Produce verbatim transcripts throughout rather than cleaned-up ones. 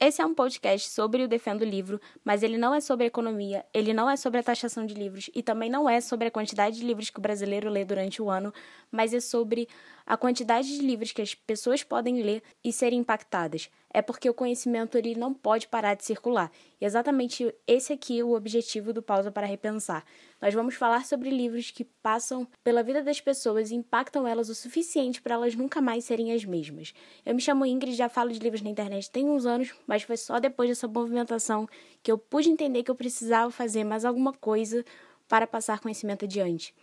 Esse é um podcast sobre o Defendo Livro, mas ele não é sobre economia, ele não é sobre a taxação de livros e também não é sobre a quantidade de livros que o brasileiro lê durante o ano, mas é sobre a quantidade de livros que as pessoas podem ler e serem impactadas. É porque o conhecimento ele não pode parar de circular. E exatamente esse aqui é o objetivo do Pausa para Repensar. Nós vamos falar sobre livros que passam pela vida das pessoas e impactam elas o suficiente para elas nunca mais serem as mesmas. Eu me chamo Ingrid, já falo de livros na internet tem uns anos, mas foi só depois dessa movimentação que eu pude entender que eu precisava fazer mais alguma coisa para passar conhecimento adiante.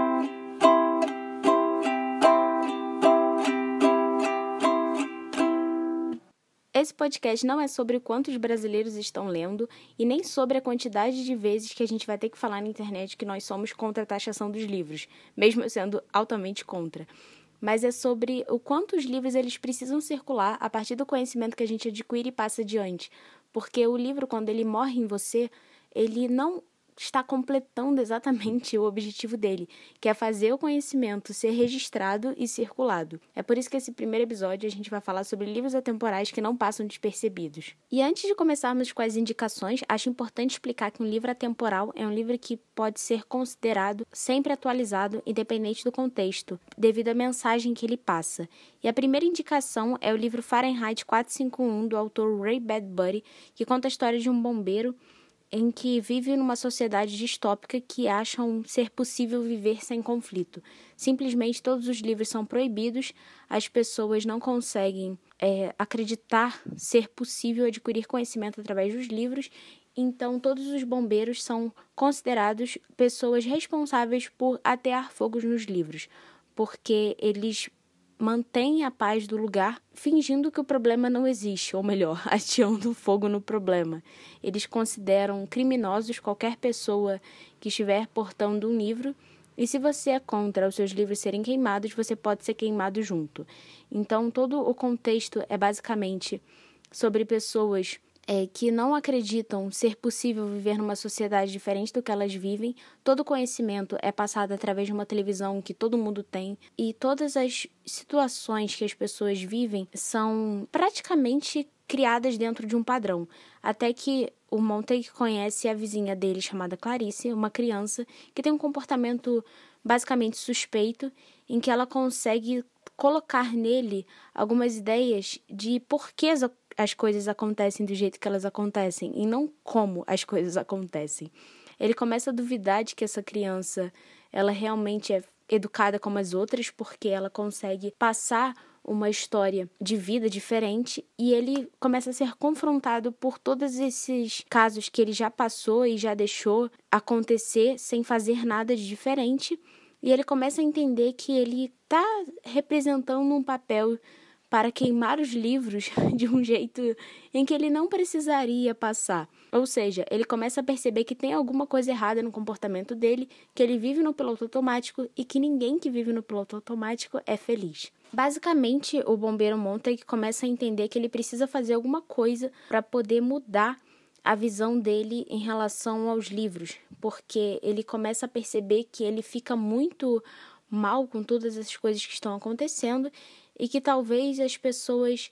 Esse podcast não é sobre quantos brasileiros estão lendo e nem sobre a quantidade de vezes que a gente vai ter que falar na internet que nós somos contra a taxação dos livros, mesmo eu sendo altamente contra. Mas é sobre o quanto os livros eles precisam circular a partir do conhecimento que a gente adquire e passa adiante. Porque o livro, quando ele morre em você, ele não está completando exatamente o objetivo dele, que é fazer o conhecimento ser registrado e circulado. É por isso que esse primeiro episódio a gente vai falar sobre livros atemporais que não passam despercebidos. E antes de começarmos com as indicações, acho importante explicar que um livro atemporal é um livro que pode ser considerado sempre atualizado, independente do contexto, devido à mensagem que ele passa. E a primeira indicação é o livro Fahrenheit quatrocentos e cinquenta e um, do autor Ray Bradbury, que conta a história de um bombeiro em que vive numa sociedade distópica que acham ser possível viver sem conflito. Simplesmente todos os livros são proibidos, as pessoas não conseguem é, acreditar ser possível adquirir conhecimento através dos livros, então todos os bombeiros são considerados pessoas responsáveis por atear fogos nos livros, porque eles mantém a paz do lugar, fingindo que o problema não existe, ou melhor, ateando fogo no problema. Eles consideram criminosos qualquer pessoa que estiver portando um livro, e se você é contra os seus livros serem queimados, você pode ser queimado junto. Então, todo o contexto é basicamente sobre pessoas É, que não acreditam ser possível viver numa sociedade diferente do que elas vivem. Todo conhecimento é passado através de uma televisão que todo mundo tem e todas as situações que as pessoas vivem são praticamente criadas dentro de um padrão. Até que o Montague conhece a vizinha dele chamada Clarice, uma criança que tem um comportamento basicamente suspeito, em que ela consegue colocar nele algumas ideias de por que as as coisas acontecem do jeito que elas acontecem e não como as coisas acontecem. Ele começa a duvidar de que essa criança ela realmente é educada como as outras porque ela consegue passar uma história de vida diferente e ele começa a ser confrontado por todos esses casos que ele já passou e já deixou acontecer sem fazer nada de diferente e ele começa a entender que ele está representando um papel para queimar os livros de um jeito em que ele não precisaria passar. Ou seja, ele começa a perceber que tem alguma coisa errada no comportamento dele, que ele vive no piloto automático e que ninguém que vive no piloto automático é feliz. Basicamente, o bombeiro Montague começa a entender que ele precisa fazer alguma coisa para poder mudar a visão dele em relação aos livros, porque ele começa a perceber que ele fica muito mal com todas essas coisas que estão acontecendo e que talvez as pessoas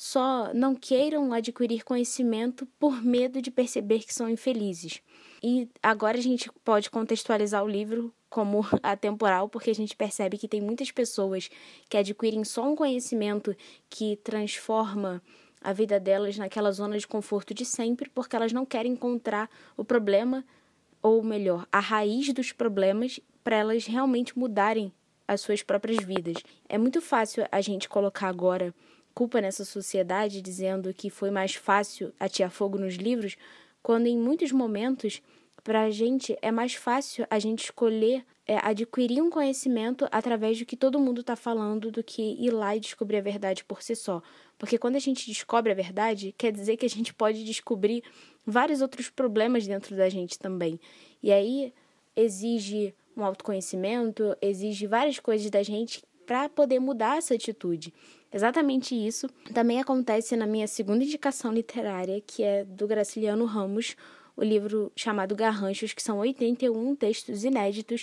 só não queiram adquirir conhecimento por medo de perceber que são infelizes. E agora a gente pode contextualizar o livro como atemporal, porque a gente percebe que tem muitas pessoas que adquirem só um conhecimento que transforma a vida delas naquela zona de conforto de sempre, porque elas não querem encontrar o problema, ou melhor, a raiz dos problemas, para elas realmente mudarem as suas próprias vidas. É muito fácil a gente colocar agora culpa nessa sociedade dizendo que foi mais fácil atear fogo nos livros, quando em muitos momentos, para a gente, é mais fácil a gente escolher é, adquirir um conhecimento através do que todo mundo está falando do que ir lá e descobrir a verdade por si só. Porque quando a gente descobre a verdade, quer dizer que a gente pode descobrir vários outros problemas dentro da gente também. E aí exige um autoconhecimento, exige várias coisas da gente para poder mudar essa atitude. Exatamente isso também acontece na minha segunda indicação literária, que é do Graciliano Ramos, o livro chamado Garranchos, que são oitenta e um textos inéditos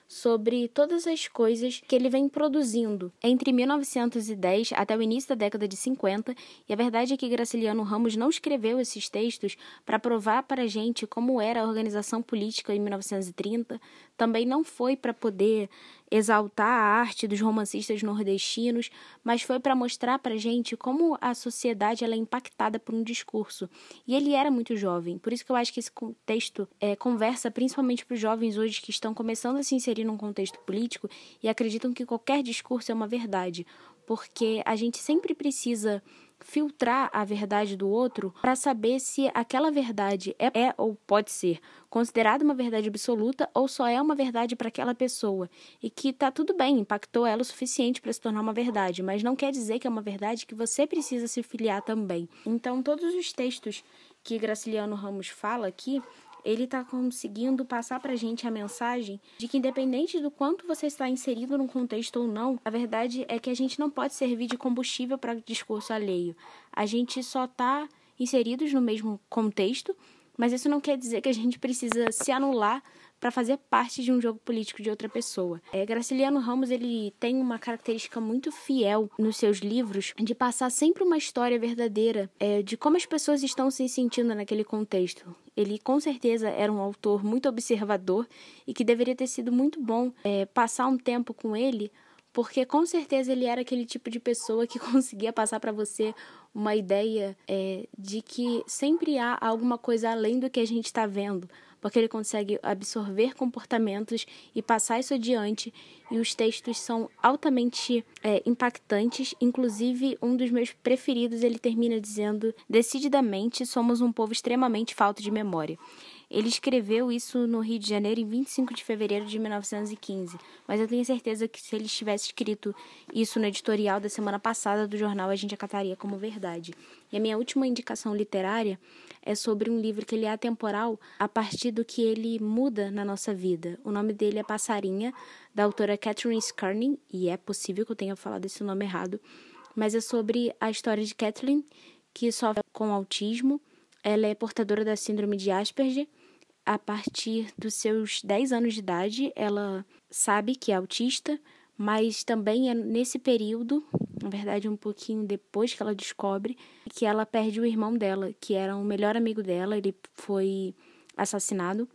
sobre todas as coisas que ele vem produzindo entre mil novecentos e dez até o início da década de cinquenta, e a verdade é que Graciliano Ramos não escreveu esses textos para provar para a gente como era a organização política em mil novecentos e trinta, também não foi para poder exaltar a arte dos romancistas nordestinos, mas foi para mostrar para a gente como a sociedade ela é impactada por um discurso. E ele era muito jovem, por isso que eu acho que esse texto é, conversa principalmente para os jovens hoje que estão começando a se inserir num contexto político e acreditam que qualquer discurso é uma verdade, porque a gente sempre precisa filtrar a verdade do outro para saber se aquela verdade é, é ou pode ser considerada uma verdade absoluta ou só é uma verdade para aquela pessoa e que tá tudo bem, impactou ela o suficiente para se tornar uma verdade, mas não quer dizer que é uma verdade que você precisa se filiar também. Então, todos os textos que Graciliano Ramos fala aqui, ele está conseguindo passar para a gente a mensagem de que, independente do quanto você está inserido num contexto ou não, a verdade é que a gente não pode servir de combustível para discurso alheio. A gente só está inseridos no mesmo contexto, mas isso não quer dizer que a gente precisa se anular para fazer parte de um jogo político de outra pessoa. É, Graciliano Ramos ele tem uma característica muito fiel nos seus livros de passar sempre uma história verdadeira é, de como as pessoas estão se sentindo naquele contexto. Ele com certeza era um autor muito observador e que deveria ter sido muito bom é, passar um tempo com ele, porque com certeza ele era aquele tipo de pessoa que conseguia passar para você uma ideia é, de que sempre há alguma coisa além do que a gente está vendo, porque ele consegue absorver comportamentos e passar isso adiante, e os textos são altamente é, impactantes. Inclusive, um dos meus preferidos, ele termina dizendo: decididamente somos um povo extremamente falto de memória. Ele escreveu isso no Rio de Janeiro em vinte e cinco de fevereiro de mil novecentos e quinze, mas eu tenho certeza que se ele tivesse escrito isso no editorial da semana passada do jornal, a gente acataria como verdade. E a minha última indicação literária é sobre um livro que ele é atemporal a partir do que ele muda na nossa vida. O nome dele é Passarinha, da autora Catherine Scarnin, e é possível que eu tenha falado esse nome errado, mas é sobre a história de Kathleen, que sofre com autismo. Ela é portadora da síndrome de Asperger. A partir dos seus dez anos de idade, ela sabe que é autista, mas também é nesse período, na verdade um pouquinho depois que ela descobre, que ela perde o irmão dela, que era o melhor amigo dela. Ele foi assassinado.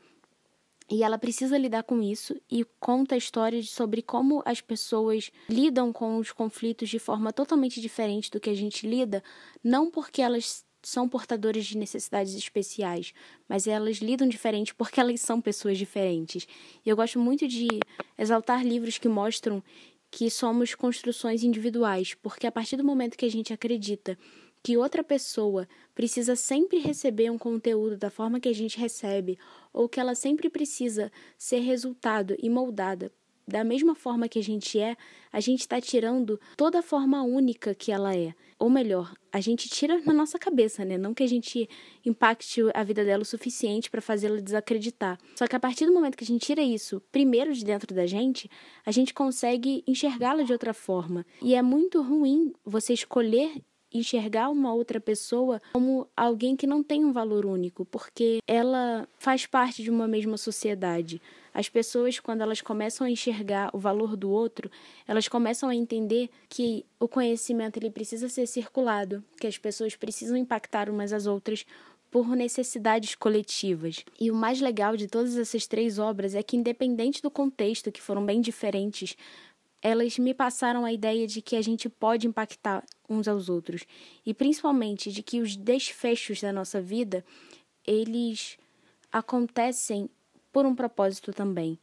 E ela precisa lidar com isso e conta a história sobre como as pessoas lidam com os conflitos de forma totalmente diferente do que a gente lida, não porque elas são portadoras de necessidades especiais, mas elas lidam diferente porque elas são pessoas diferentes. E eu gosto muito de exaltar livros que mostram que somos construções individuais, porque a partir do momento que a gente acredita que outra pessoa precisa sempre receber um conteúdo da forma que a gente recebe, ou que ela sempre precisa ser resultado e moldada da mesma forma que a gente é, a gente está tirando toda a forma única que ela é. Ou melhor, a gente tira na nossa cabeça, né? Não que a gente impacte a vida dela o suficiente para fazê-la desacreditar. Só que a partir do momento que a gente tira isso primeiro de dentro da gente, a gente consegue enxergá-la de outra forma. E é muito ruim você escolher enxergar uma outra pessoa como alguém que não tem um valor único, porque ela faz parte de uma mesma sociedade. As pessoas, quando elas começam a enxergar o valor do outro, elas começam a entender que o conhecimento ele precisa ser circulado, que as pessoas precisam impactar umas às outras por necessidades coletivas. E o mais legal de todas essas três obras é que, independente do contexto, que foram bem diferentes, elas me passaram a ideia de que a gente pode impactar uns aos outros. E principalmente de que os desfechos da nossa vida, eles acontecem por um propósito também.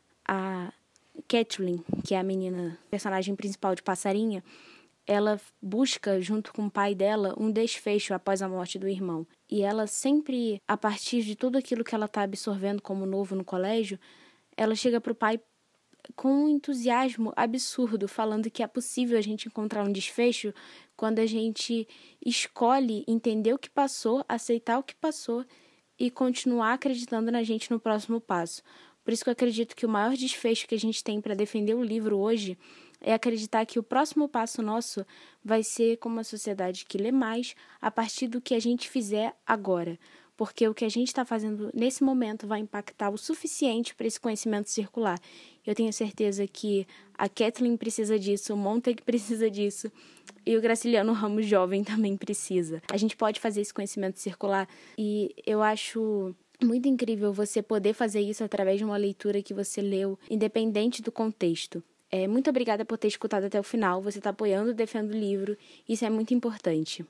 A Kathleen, que é a menina, personagem principal de Passarinha, ela busca, junto com o pai dela, um desfecho após a morte do irmão. E ela sempre, a partir de tudo aquilo que ela está absorvendo como novo no colégio, ela chega para o pai com um entusiasmo absurdo, falando que é possível a gente encontrar um desfecho quando a gente escolhe entender o que passou, aceitar o que passou e continuar acreditando na gente no próximo passo. Por isso que eu acredito que o maior desfecho que a gente tem para defender o livro hoje é acreditar que o próximo passo nosso vai ser como uma sociedade que lê mais a partir do que a gente fizer agora. Porque o que a gente está fazendo nesse momento vai impactar o suficiente para esse conhecimento circular. Eu tenho certeza que a Kathleen precisa disso, o Montag precisa disso e o Graciliano Ramos jovem também precisa. A gente pode fazer esse conhecimento circular e eu acho muito incrível você poder fazer isso através de uma leitura que você leu, independente do contexto. É, muito obrigada por ter escutado até o final. Você está apoiando o Defendo o Livro. Isso é muito importante.